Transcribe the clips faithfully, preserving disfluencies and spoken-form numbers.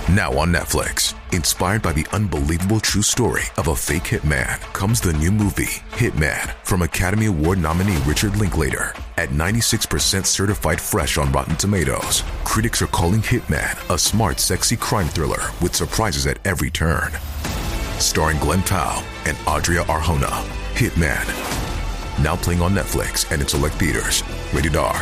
Now on Netflix, inspired by the unbelievable true story of a fake hitman, comes the new movie, Hitman, from Academy Award nominee Richard Linklater. At ninety-six percent certified fresh on Rotten Tomatoes, critics are calling Hitman a smart, sexy crime thriller with surprises at every turn. Starring Glenn Powell and Adria Arjona, Hitman. Now playing on Netflix and in select theaters. Rated R.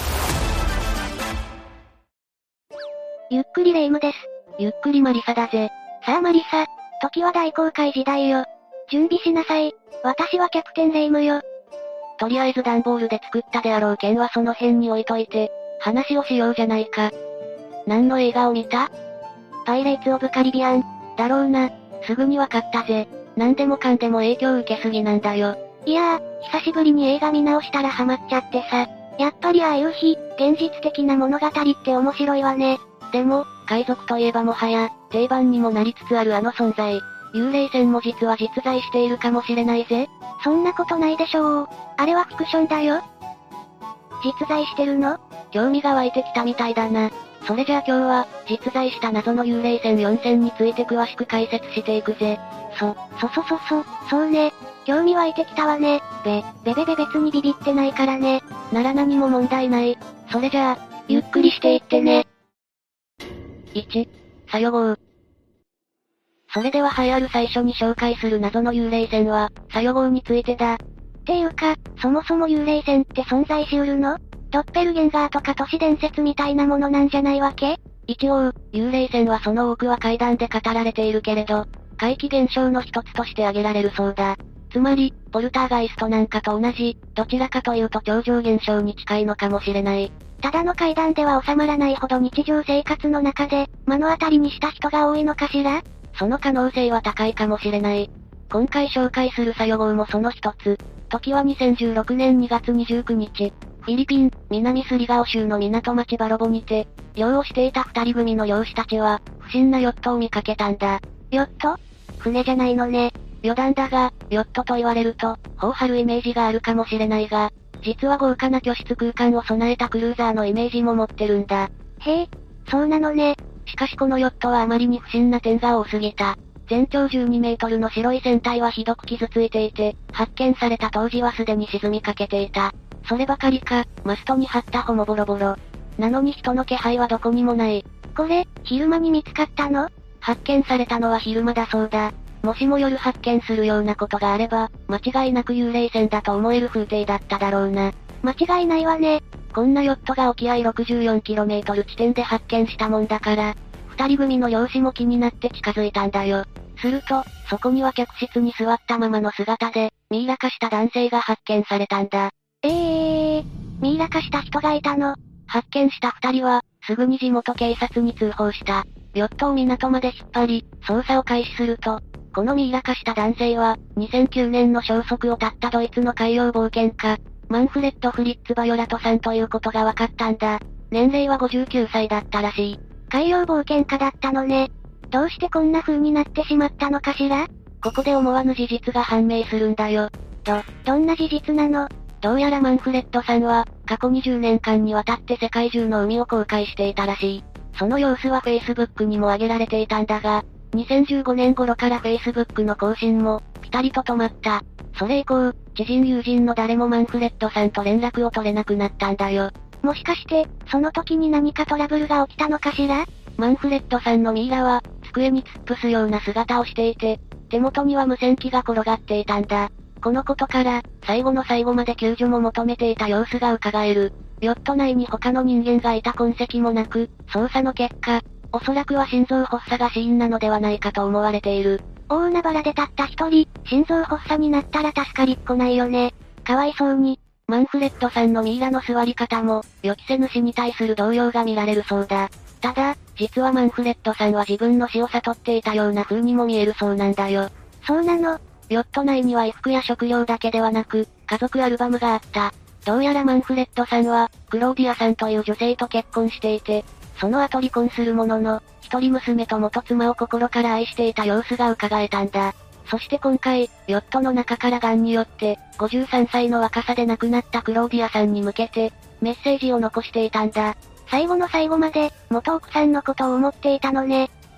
ゆっくりレ夢ムです。 ゆっくりマリサだぜ。 さあマリサ、時は大航海時代よ。準備しなさい。私はキャプテンレ夢ムよ。 とりあえず段ボールで作ったであろう剣はその辺に置いといて、話をしようじゃないか。何の映画を見た？ パイレーツ・オブ・カリビアン。 だろうな、すぐにわかったぜ。何でもかんでも影響受けすぎなんだよ。 いやー、久しぶりに映画見直したらハマっちゃってさ。やっぱりああいう日、現実的な物語って面白いわね。 でも、海賊といえばもはや、定番にもなりつつあるあの存在。幽霊船も実は実在しているかもしれないぜ。 そんなことないでしょう。あれはフィクションだよ。実在してるの？ 興味が湧いてきたみたいだな。それじゃあ今日は、実在した謎の幽霊船よん船について詳しく解説していくぜ。 そ、そそそそ、そうね。興味湧いてきたわね。べ、べべべ別にビビってないからね。 なら何も問題ない。それじゃあ、ゆっくりしていってね。いち、さよ号。それでは流行る最初に紹介する謎の幽霊船は、さよ号についてだ。 っていうか、そもそも幽霊船って存在しうるの？ドッペルゲンガーとか都市伝説みたいなものなんじゃないわけ？ 一応、幽霊船はその多くは怪談で語られているけれど、怪奇現象の一つとして挙げられるそうだ。つまり、ポルターガイストなんかと同じ、どちらかというと超常現象に近いのかもしれない。 ただの怪談では収まらないほど日常生活の中で、目の当たりにした人が多いのかしら？ その可能性は高いかもしれない。今回紹介するさよ号もその一つ。時はにせんじゅうろくねんにがつにじゅうくにち、フィリピン、南スリガオ州の港町バロボにて、漁をしていた二人組の漁師たちは、不審なヨットを見かけたんだ。 ヨット？船じゃないのね。 余談だが、ヨットと言われると、頬張るイメージがあるかもしれないが、実は豪華な居室空間を備えたクルーザーのイメージも持ってるんだ。 へえ、そうなのね。 しかしこのヨットはあまりに不審な点が多すぎた。全長じゅうにメートルの白い船体はひどく傷ついていて、発見された当時はすでに沈みかけていた。そればかりか、マストに張った帆もボロボロ。なのに人の気配はどこにもない。 これ、昼間に見つかったの？ 発見されたのは昼間だそうだ。もしも夜発見するようなことがあれば、間違いなく幽霊船だと思える風景だっただろうな。 間違いないわね。 こんなヨットが沖合 ろくじゅうよんキロメートル 地点で発見したもんだから、二人組の漁師も気になって近づいたんだよ。すると、そこには客室に座ったままの姿で、ミイラ化した男性が発見されたんだ。 ええー、ミイラ化した人がいたの？ 発見した二人は、すぐに地元警察に通報した。ヨットを港まで引っ張り、捜査を開始すると、このミイラ化した男性は、にせんきゅうねんの消息を絶ったドイツの海洋冒険家、マンフレッド・フリッツ・バヨラトさんということが分かったんだ。年齢はごじゅうきゅうさいだったらしい。 海洋冒険家だったのね。どうしてこんな風になってしまったのかしら？ ここで思わぬ事実が判明するんだよ。 ど、どんな事実なの？ どうやらマンフレッドさんは、過去にじゅうねんかんにわたって世界中の海を航海していたらしい。その様子は Facebook にも上げられていたんだが、にせんじゅうごねん頃から Facebook の更新も、ピタリと止まった。それ以降、知人友人の誰もマンフレッドさんと連絡を取れなくなったんだよ。 もしかして、その時に何かトラブルが起きたのかしら？ マンフレッドさんのミイラは、机に突っ伏すような姿をしていて、手元には無線機が転がっていたんだ。このことから、最後の最後まで救助も求めていた様子が伺える。ヨット内に他の人間がいた痕跡もなく、捜査の結果、おそらくは心臓発作が死因なのではないかと思われている。 大海原でたった一人、心臓発作になったら助かりっこないよね。かわいそうに。 マンフレッドさんのミイラの座り方も、予期せぬ死に対する動揺が見られるそうだ。ただ、実はマンフレッドさんは自分の死を悟っていたような風にも見えるそうなんだよ。 そうなの？ ヨット内には衣服や食料だけではなく、家族アルバムがあった。どうやらマンフレッドさんは、クローディアさんという女性と結婚していて、その後離婚するものの、一人娘と元妻を心から愛していた様子が伺えたんだ。そして今回、ヨットの中から癌によって、ごじゅうさんさいの若さで亡くなったクローディアさんに向けて、メッセージを残していたんだ。 最後の最後まで、元奥さんのことを思っていたのね。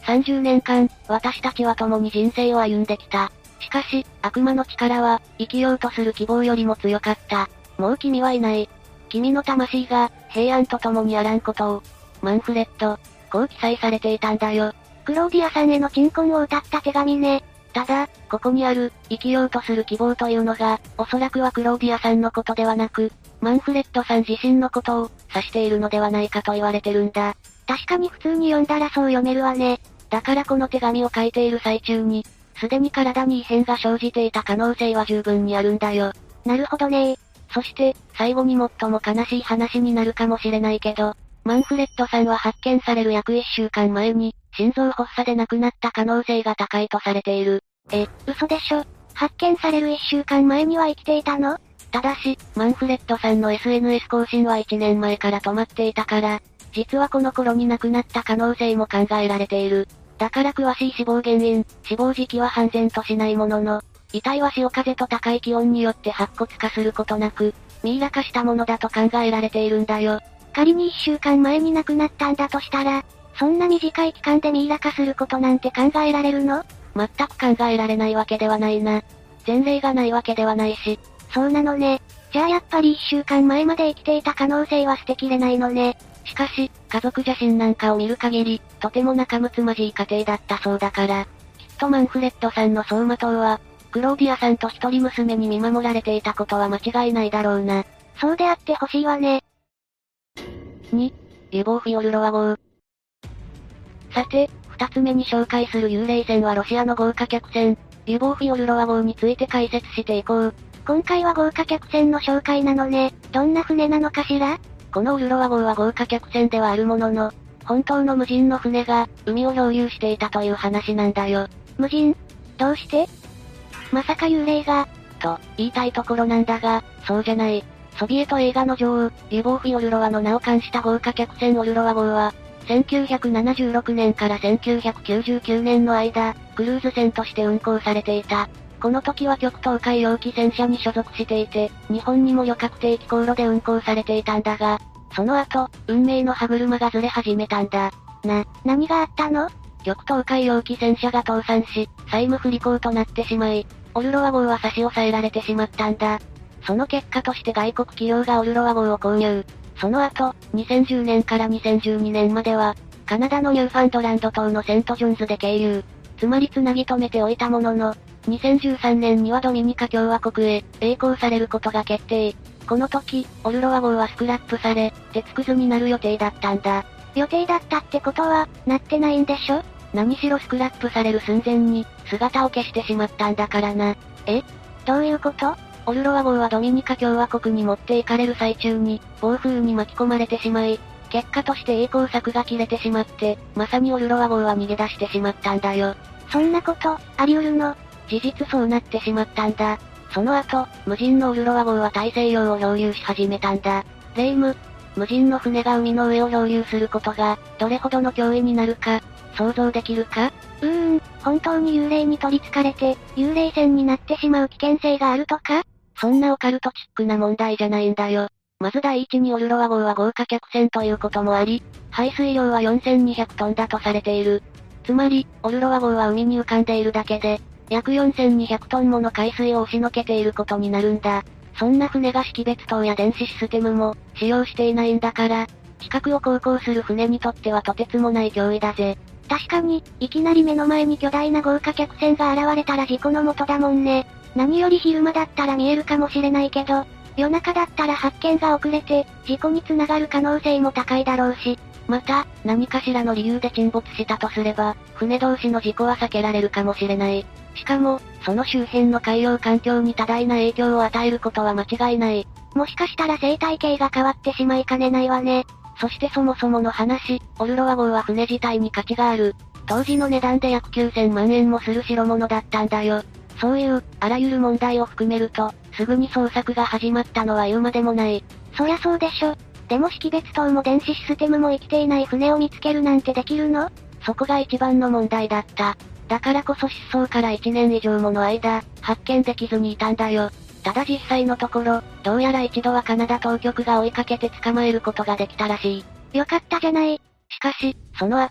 さんじゅうねんかん、私たちは共に人生を歩んできた。しかし、悪魔の力は、生きようとする希望よりも強かった。もう君はいない。君の魂が、平安と共にあらんことを。マンフレット、こう記載されていたんだよ。 クローディアさんへの鎮魂を歌った手紙ね。 ただ、ここにある、生きようとする希望というのが、おそらくはクローディアさんのことではなく、マンフレットさん自身のことを、指しているのではないかと言われてるんだ。 確かに普通に読んだらそう読めるわね。 だからこの手紙を書いている最中に、すでに体に異変が生じていた可能性は十分にあるんだよ。 なるほどね。 そして、最後に最も悲しい話になるかもしれないけど、マンフレットさんは発見される約いっしゅうかんまえに、心臓発作で亡くなった可能性が高いとされている。 え、嘘でしょ。発見されるいっしゅうかんまえには生きていたの？ ただし、マンフレットさんの エスエヌエス 更新はいちねんまえから止まっていたから、実はこの頃に亡くなった可能性も考えられている。だから詳しい死亡原因、死亡時期は判然としないものの、遺体は潮風と高い気温によって白骨化することなく、ミイラ化したものだと考えられているんだよ。 仮にいっしゅうかんまえに亡くなったんだとしたら、そんな短い期間でミイラ化することなんて考えられるの？ 全く考えられないわけではないな。前例がないわけではないし。 そうなのね。じゃあやっぱりいっしゅうかんまえまで生きていた可能性は捨てきれないのね。 しかし、家族写真なんかを見る限り、とても仲睦まじい家庭だったそうだから、きっとマンフレットさんの走馬灯は、クローディアさんと一人娘に見守られていたことは間違いないだろうな。 そうであってほしいわね。 に、リュボーフィオルロワ号。さて、二つ目に紹介する幽霊船はロシアの豪華客船、リュボーフィオルロワ号について解説していこう。 今回は豪華客船の紹介なのね。どんな船なのかしら？ このウルロワ号は豪華客船ではあるものの、本当の無人の船が、海を漂流していたという話なんだよ。 無人？どうして？まさか幽霊が、 と、言いたいところなんだが、そうじゃない。ソビエト映画の女王、リュボーフィオルロワの名を冠した豪華客船オルロワ号は、せんきゅうひゃくななじゅうろくねんからせんきゅうひゃくきゅうじゅうきゅうねんの間、クルーズ船として運航されていた。この時は極東海洋機戦車に所属していて、日本にも旅客定期航路で運航されていたんだが、その後、運命の歯車がずれ始めたんだ。 な、何があったの？ 極東海洋機戦車が倒産し、債務不履行となってしまい、オルロワ号は差し押さえられてしまったんだ。その結果として外国企業がオルロワ号を購入。その後、にせんじゅうねんからにせんじゅうにねんまでは、カナダのニューファンドランド島のセントジョンズで経由。つまり繋ぎ止めておいたものの、にせんじゅうさんねんにはドミニカ共和国へ、栄光されることが決定。この時、オルロワ号はスクラップされ、鉄くずになる予定だったんだ。 予定だったってことは、なってないんでしょ？ 何しろスクラップされる寸前に、姿を消してしまったんだからな。 え？どういうこと？ オルロワ号はドミニカ共和国に持って行かれる最中に、暴風に巻き込まれてしまい、結果として栄光策が切れてしまって、まさにオルロワ号は逃げ出してしまったんだよ。 そんなこと、あり得るの？ 事実そうなってしまったんだ。その後、無人のオルロワ号は大西洋を漂流し始めたんだ。レイム、無人の船が海の上を漂流することが、どれほどの脅威になるか、想像できるか？ うーん、本当に幽霊に取り憑かれて、幽霊船になってしまう危険性があるとか？ そんなオカルトチックな問題じゃないんだよ。まず第一にオルロワ号は豪華客船ということもあり、排水量はよんせんにひゃくトンだとされている。つまり、オルロワ号は海に浮かんでいるだけで、約よんせんにひゃくトンもの海水を押しのけていることになるんだ。そんな船が識別灯や電子システムも、使用していないんだから、近くを航行する船にとってはとてつもない脅威だぜ。 確かに、いきなり目の前に巨大な豪華客船が現れたら事故の元だもんね。何より昼間だったら見えるかもしれないけど、夜中だったら発見が遅れて、事故につながる可能性も高いだろうし。 また、何かしらの理由で沈没したとすれば、船同士の事故は避けられるかもしれない。しかも、その周辺の海洋環境に多大な影響を与えることは間違いない。 もしかしたら生態系が変わってしまいかねないわね。 そしてそもそもの話、オルロワ号は船自体に価値がある。当時の値段で約きゅうせんまんえんもする代物だったんだよ。そういう、あらゆる問題を含めると、すぐに捜索が始まったのは言うまでもない。 そりゃそうでしょ。でも識別灯も電子システムも生きていない船を見つけるなんてできるの？ そこが一番の問題だった。だからこそ失踪からいちねん以上もの間、発見できずにいたんだよ。ただ実際のところ、どうやら一度はカナダ当局が追いかけて捕まえることができたらしい。 よかったじゃない。 しかし、その後、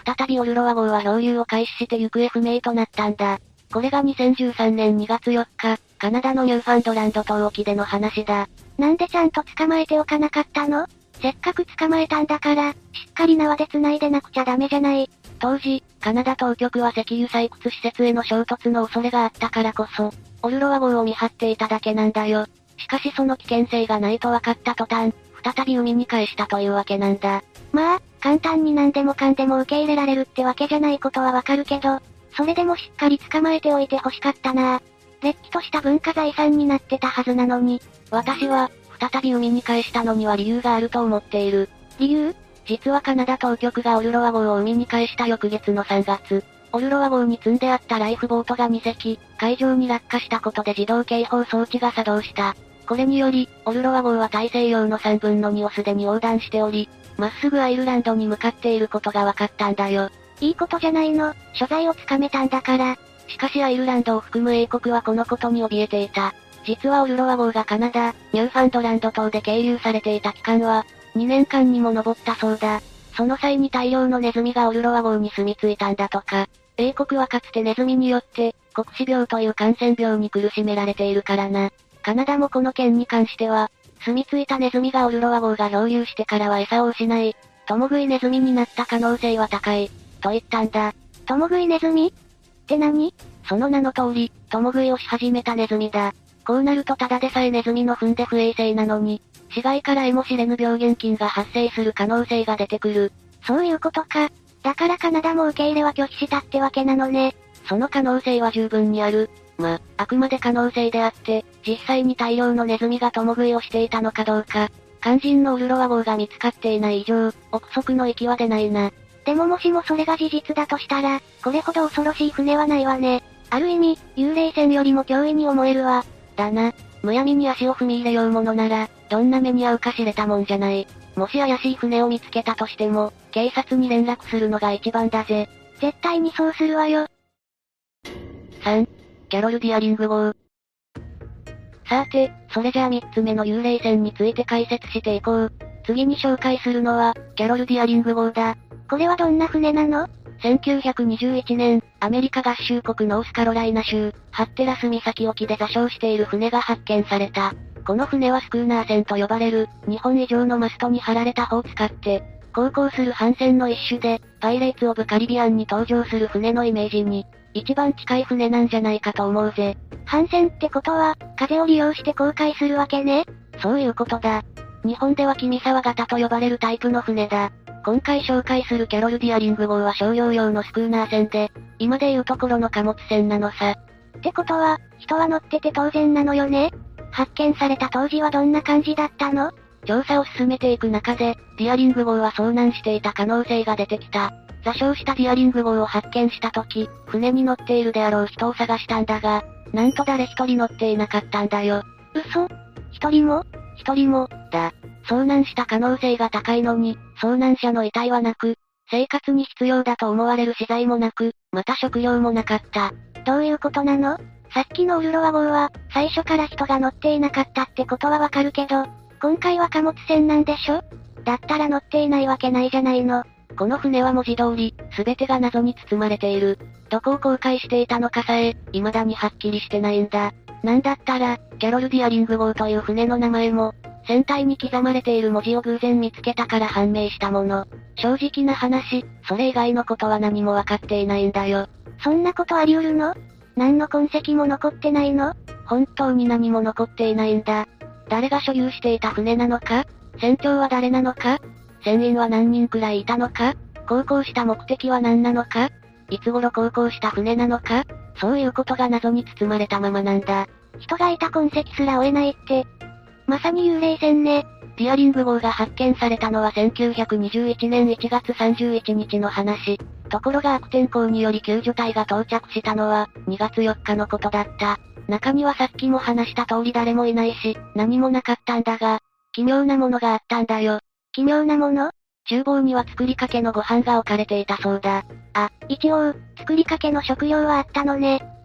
再びオルロワ号は漂流を開始して行方不明となったんだ。これがにせんじゅうさんねんにがつよっか、カナダのニューファンドランド島沖での話だ。 なんでちゃんと捕まえておかなかったの？せっかく捕まえたんだから、しっかり縄で繋いでなくちゃダメじゃない。 当時、カナダ当局は石油採掘施設への衝突の恐れがあったからこそ、オルロワ号を見張っていただけなんだよ。しかしその危険性がないと分かった途端、再び海に返したというわけなんだ。 まあ、簡単に何でもかんでも受け入れられるってわけじゃないことはわかるけど、それでもしっかり捕まえておいて欲しかったな。れっきとした文化財産になってたはずなのに。 私は、再び海に返したのには理由があると思っている。 理由？ 実はカナダ当局がオルロワ号を海に返した翌月のさんがつ、オルロワ号に積んであったライフボートがにせき、海上に落下したことで自動警報装置が作動した。これにより、オルロワ号は大西洋のさんぶんのにをすでに横断しており、まっすぐアイルランドに向かっていることが分かったんだよ。 いいことじゃないの、所在をつかめたんだから。 しかしアイルランドを含む英国はこのことに怯えていた。実はオルロワ号がカナダ、ニューファンドランド島で係留されていた期間は、にねんかんにも上ったそうだ。その際に大量のネズミがオルロワ号に住み着いたんだとか。英国はかつてネズミによって、黒死病という感染病に苦しめられているからな。カナダもこの件に関しては、住み着いたネズミがオルロワ号が漂流してからは餌を失い、共食いネズミになった可能性は高い、と言ったんだ。 共食いネズミ？って何？ その名の通り、共食いをし始めたネズミだ。こうなるとただでさえネズミの糞で不衛生なのに、死骸から得も知れぬ病原菌が発生する可能性が出てくる。 そういうことか。だからカナダも受け入れは拒否したってわけなのね。 その可能性は十分にある。ま、あくまで可能性であって、実際に大量のネズミが共食いをしていたのかどうか、肝心のオルロワ号が見つかっていない以上、憶測の域は出ないな。 でももしもそれが事実だとしたら、これほど恐ろしい船はないわね。ある意味、幽霊船よりも脅威に思えるわ。 だな。むやみに足を踏み入れようものなら、どんな目に遭うか知れたもんじゃない。もし怪しい船を見つけたとしても、警察に連絡するのが一番だぜ。 絶対にそうするわよ。 さん. キャロル・ディアリング号。さて、それじゃあみっつめの幽霊船について解説していこう。次に紹介するのは、キャロル・ディアリング号だ。 これはどんな船なの？ せんきゅうひゃくにじゅういちねん、アメリカ合衆国ノースカロライナ州、ハッテラス岬沖で座礁している船が発見された。この船はスクーナー船と呼ばれる、にほん以上のマストに張られた帆を使って、航行する帆船の一種で、パイレーツ・オブ・カリビアンに登場する船のイメージに、一番近い船なんじゃないかと思うぜ。 帆船ってことは、風を利用して航海するわけね。 そういうことだ。日本では君沢型と呼ばれるタイプの船だ。今回紹介するキャロル・ディアリング号は商用用のスクーナー船で、今でいうところの貨物船なのさ。 ってことは、人は乗ってて当然なのよね？発見された当時はどんな感じだったの？ 調査を進めていく中で、ディアリング号は遭難していた可能性が出てきた。座礁したディアリング号を発見した時、船に乗っているであろう人を探したんだが、なんと誰一人乗っていなかったんだよ。 嘘？一人も？ 一人も、だ。遭難した可能性が高いのに、遭難者の遺体はなく、生活に必要だと思われる資材もなく、また食料もなかった。 どういうことなの？さっきのオルロワ号は、最初から人が乗っていなかったってことはわかるけど、今回は貨物船なんでしょ？だったら乗っていないわけないじゃないの。 この船は文字通り、すべてが謎に包まれている。どこを航海していたのかさえ、未だにはっきりしてないんだ。なんだったら、キャロル・ディアリング号という船の名前も、船体に刻まれている文字を偶然見つけたから判明したもの。正直な話、それ以外のことは何もわかっていないんだよ。 そんなことあり得るの？何の痕跡も残ってないの？ 本当に何も残っていないんだ。誰が所有していた船なのか？船長は誰なのか？船員は何人くらいいたのか？航行した目的は何なのか？いつ頃航行した船なのか？そういうことが謎に包まれたままなんだ。 人がいた痕跡すら追えないって、まさに幽霊船ね。 ディアリング号が発見されたのはせんきゅうひゃくにじゅういちねんいちがつさんじゅういちにちの話。ところが悪天候により救助隊が到着したのは、にがつよっかのことだった。中にはさっきも話した通り誰もいないし、何もなかったんだが、奇妙なものがあったんだよ。 奇妙なもの？ 厨房には作りかけのご飯が置かれていたそうだ。 あ、一応、作りかけの食料はあったのね。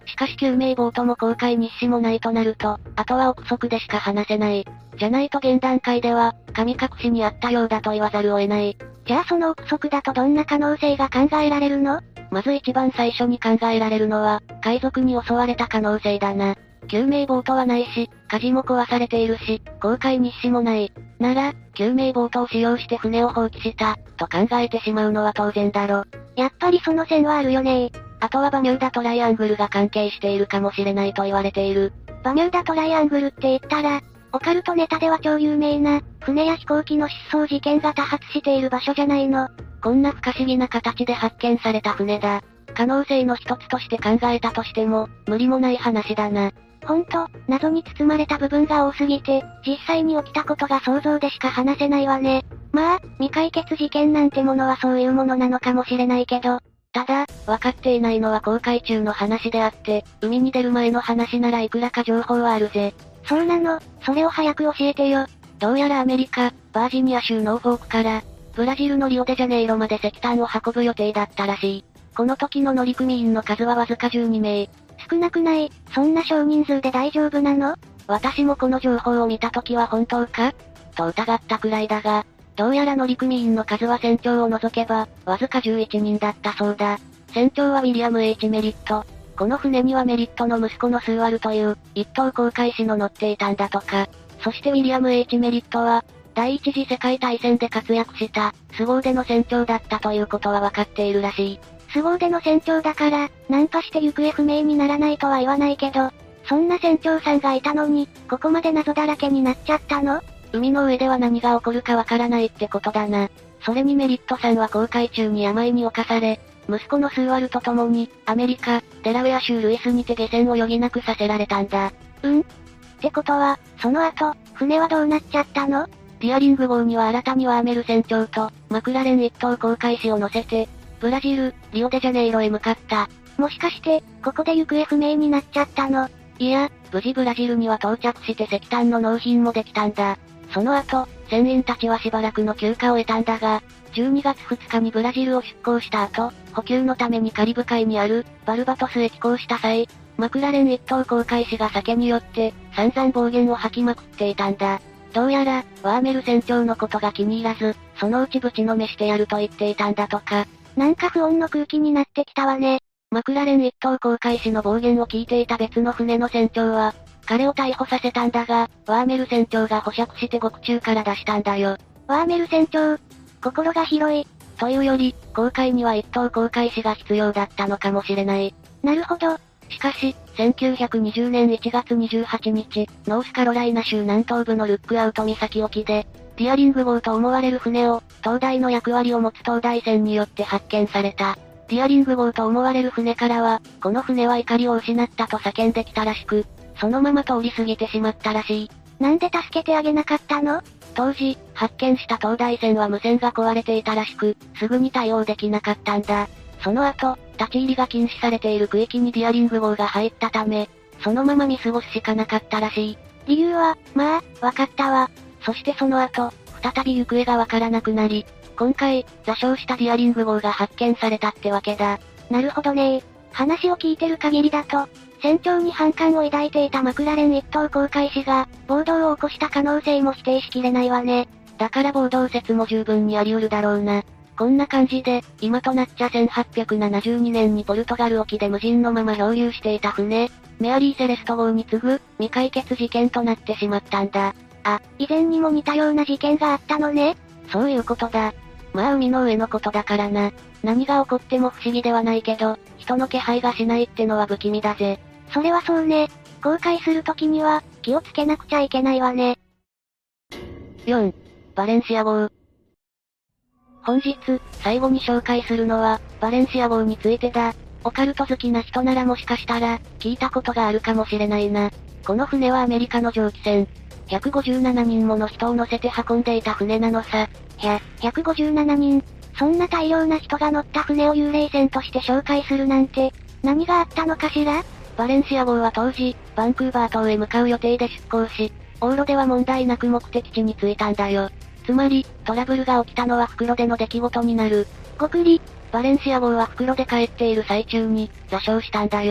しかし救命ボートも航海日誌もないとなると、あとは憶測でしか話せない。じゃないと現段階では、神隠しにあったようだと言わざるを得ない。 じゃあその憶測だとどんな可能性が考えられるの？ まず一番最初に考えられるのは、海賊に襲われた可能性だな。救命ボートはないし、舵も壊されているし、航海日誌もない。なら、救命ボートを使用して船を放棄した、と考えてしまうのは当然だろ。 やっぱりその線はあるよね。 あとはバミューダトライアングルが関係しているかもしれないと言われている。 バミューダトライアングルって言ったら、オカルトネタでは超有名な、船や飛行機の失踪事件が多発している場所じゃないの。 こんな不可思議な形で発見された船だ。可能性の一つとして考えたとしても、無理もない話だな。 ほんと、謎に包まれた部分が多すぎて、実際に起きたことが想像でしか話せないわね。まあ、未解決事件なんてものはそういうものなのかもしれないけど。 ただ、分かっていないのは航海中の話であって、海に出る前の話ならいくらか情報はあるぜ。 そうなの、それを早く教えてよ。 どうやらアメリカ、バージニア州ノーフォークから、ブラジルのリオデジャネイロまで石炭を運ぶ予定だったらしい。この時の乗組員の数はわずかじゅうにめい。 少なくない、そんな少人数で大丈夫なの？ 私もこの情報を見た時は本当かと疑ったくらいだが、どうやら乗組員の数は船長を除けば、わずかじゅういちにんだったそうだ。船長はウィリアム H メリット。この船にはメリットの息子のスーワルという、一等航海士の乗っていたんだとか。そしてウィリアム H メリットは、第一次世界大戦で活躍した、凄腕の船長だったということは分かっているらしい。 凄腕の船長だから、ナンパして行方不明にならないとは言わないけど、そんな船長さんがいたのに、ここまで謎だらけになっちゃったの？ 海の上では何が起こるかわからないってことだな。それにメリットさんは航海中に病に侵され、息子のスーワルと共に、アメリカ、デラウェア州ルイスにて下船を余儀なくさせられたんだ。 うん？ってことは、その後、船はどうなっちゃったの？ ディアリング号には新たにワーメル船長と、マクラレン一等航海士を乗せて、ブラジル、リオデジャネイロへ向かった。 もしかして、ここで行方不明になっちゃったの？ いや、無事ブラジルには到着して石炭の納品もできたんだ。その後、船員たちはしばらくの休暇を得たんだが、じゅうにがつふつかにブラジルを出港した後、補給のためにカリブ海にある、バルバトスへ寄港した際、マクラレン一等航海士が酒によって、散々暴言を吐きまくっていたんだ。どうやら、ワーメル船長のことが気に入らず、そのうちぶちのめしてやると言っていたんだとか。 なんか不穏の空気になってきたわね。 マクラレン一等航海士の暴言を聞いていた別の船の船長は、彼を逮捕させたんだが、ワーメル船長が保釈して獄中から出したんだよ。 ワーメル船長、心が広い。 というより、航海には一等航海士が必要だったのかもしれない。 なるほど。 しかし、せんきゅうひゃくにじゅうねんいちがつにじゅうはちにち、ノースカロライナ州南東部のルックアウト岬沖で、ディアリング号と思われる船を、東大の役割を持つ東大船によって発見された。ディアリング号と思われる船からは、この船は怒りを失ったと叫んできたらしく、そのまま通り過ぎてしまったらしい。 なんで助けてあげなかったの？ 当時、発見した東大船は無線が壊れていたらしく、すぐに対応できなかったんだ。その後、立ち入りが禁止されている区域にディアリング号が入ったため、そのまま見過ごすしかなかったらしい。 理由は、まあ、わかったわ。 そしてその後、再び行方がわからなくなり、今回、座礁したディアリング号が発見されたってわけだ。 なるほどね。話を聞いてる限りだと、船長に反感を抱いていたマクラレン一等航海士が、暴動を起こした可能性も否定しきれないわね。 だから暴動説も十分にあり得るだろうな。こんな感じで、今となっちゃせんはっぴゃくななじゅうにねんにポルトガル沖で無人のまま漂流していた船、メアリー・セレスト号に次ぐ、未解決事件となってしまったんだ。 あ、以前にも似たような事件があったのね。 そういうことだ。まあ海の上のことだからな。何が起こっても不思議ではないけど、人の気配がしないってのは不気味だぜ。 それはそうね。航海するときには、気をつけなくちゃいけないわね。 よん. バレンシア号。本日、最後に紹介するのは、バレンシア号についてだ。オカルト好きな人ならもしかしたら、聞いたことがあるかもしれないな。この船はアメリカの蒸気船。ひゃくごじゅうななにんもの人を乗せて運んでいた船なのさ。 ひゃ、ひゃくごじゅうななにん。そんな大量な人が乗った船を幽霊船として紹介するなんて、何があったのかしら？ バレンシア号は当時、バンクーバー島へ向かう予定で出港し、往路では問題なく目的地に着いたんだよ。つまり、トラブルが起きたのは袋での出来事になる。 ごくり、 バレンシア号は袋で帰っている最中に、座礁したんだよ。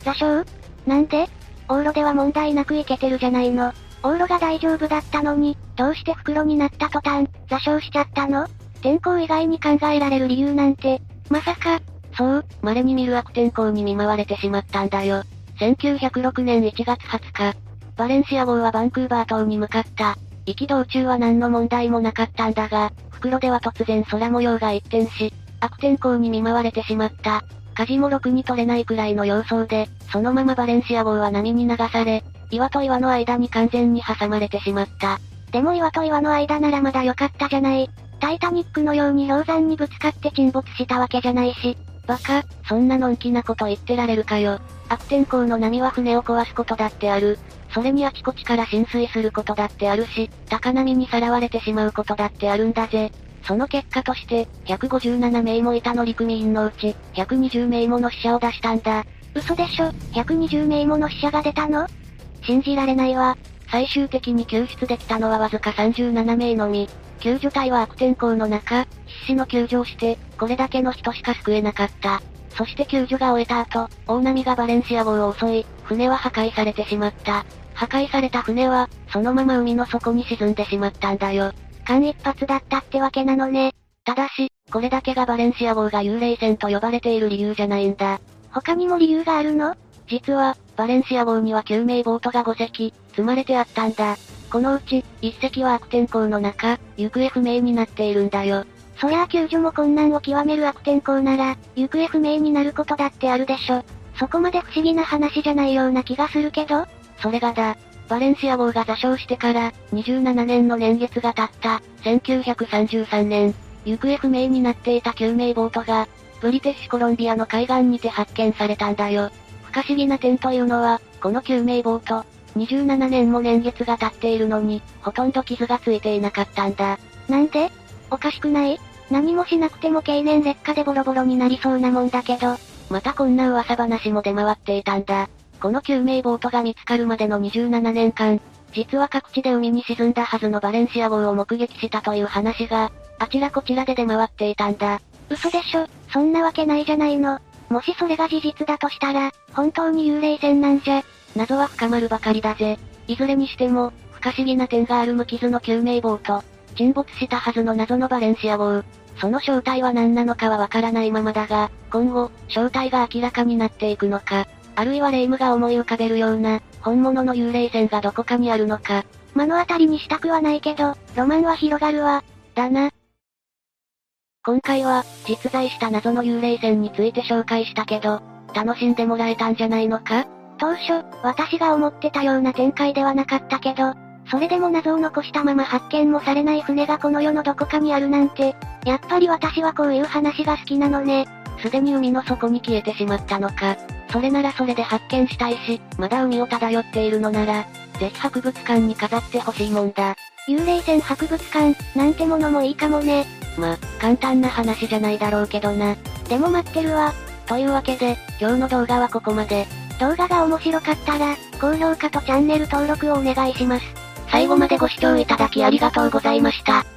座礁？なんで？往路では問題なく行けてるじゃないの。往路が大丈夫だったのに、どうして袋になった途端、座礁しちゃったの？天候以外に考えられる理由なんて、まさか。 そう、稀に見る悪天候に見舞われてしまったんだよ。せんきゅうひゃくろくねんいちがつはつか、バレンシア号はバンクーバー島に向かった。行き道中は何の問題もなかったんだが、袋では突然空模様が一転し、悪天候に見舞われてしまった。舵もろくに取れないくらいの様相で、そのままバレンシア号は波に流され、岩と岩の間に完全に挟まれてしまった。 でも岩と岩の間ならまだ良かったじゃない。タイタニックのように氷山にぶつかって沈没したわけじゃないし。 バカ、そんなのんきなこと言ってられるかよ。悪天候の波は船を壊すことだってある。それにあちこちから浸水することだってあるし、高波にさらわれてしまうことだってあるんだぜ。その結果として、ひゃくごじゅうななめいもいた乗組員のうち、ひゃくにじゅうめいもの死者を出したんだ。 嘘でしょ、ひゃくにじゅうめいもの死者が出たの？信じられないわ。 最終的に救出できたのはわずかさんじゅうななめいのみ。救助隊は悪天候の中、必死の救助をして、これだけの人しか救えなかった。そして救助が終えた後、大波がバレンシア号を襲い、船は破壊されてしまった。破壊された船は、そのまま海の底に沈んでしまったんだよ。 間一髪だったってわけなのね。 ただし、これだけがバレンシア号が幽霊船と呼ばれている理由じゃないんだ。 他にも理由があるの？ 実は、バレンシア号には救命ボートがごせき、積まれてあったんだ。このうち、いっせきは悪天候の中、行方不明になっているんだよ。 そりゃあ救助も困難を極める悪天候なら、行方不明になることだってあるでしょ。そこまで不思議な話じゃないような気がするけど。 それがだ、バレンシア号が座礁してから、にじゅうななねんの年月が経った、せんきゅうひゃくさんじゅうさんねん、行方不明になっていた救命ボートが、ブリティッシュコロンビアの海岸にて発見されたんだよ。不可思議な点というのは、この救命ボート、にじゅうななねんも年月が経っているのに、ほとんど傷がついていなかったんだ。 なんで？おかしくない？何もしなくても経年劣化でボロボロになりそうなもんだけど。 またこんな噂話も出回っていたんだ。この救命ボートが見つかるまでのにじゅうななねんかん、実は各地で海に沈んだはずのバレンシア号を目撃したという話が、あちらこちらで出回っていたんだ。 嘘でしょ、そんなわけないじゃないの。もしそれが事実だとしたら、本当に幽霊船なんじゃ。 謎は深まるばかりだぜ。いずれにしても、不可思議な点がある無傷の救命ボート。沈没したはずの謎のバレンシア号。その正体は何なのかはわからないままだが、今後、正体が明らかになっていくのか、あるいは霊夢が思い浮かべるような、本物の幽霊船がどこかにあるのか。 目の当たりにしたくはないけど、ロマンは広がるわ。 だな。今回は、実在した謎の幽霊船について紹介したけど、楽しんでもらえたんじゃないのか？ 当初、私が思ってたような展開ではなかったけど、それでも謎を残したまま発見もされない船がこの世のどこかにあるなんて、やっぱり私はこういう話が好きなのね。 すでに海の底に消えてしまったのか。それならそれで発見したいし、まだ海を漂っているのなら、ぜひ博物館に飾ってほしいもんだ。 幽霊船博物館、なんてものもいいかもね。 ま、簡単な話じゃないだろうけどな。 でも待ってるわ。 というわけで、今日の動画はここまで。 動画が面白かったら、高評価とチャンネル登録をお願いします。 最後までご視聴いただきありがとうございました。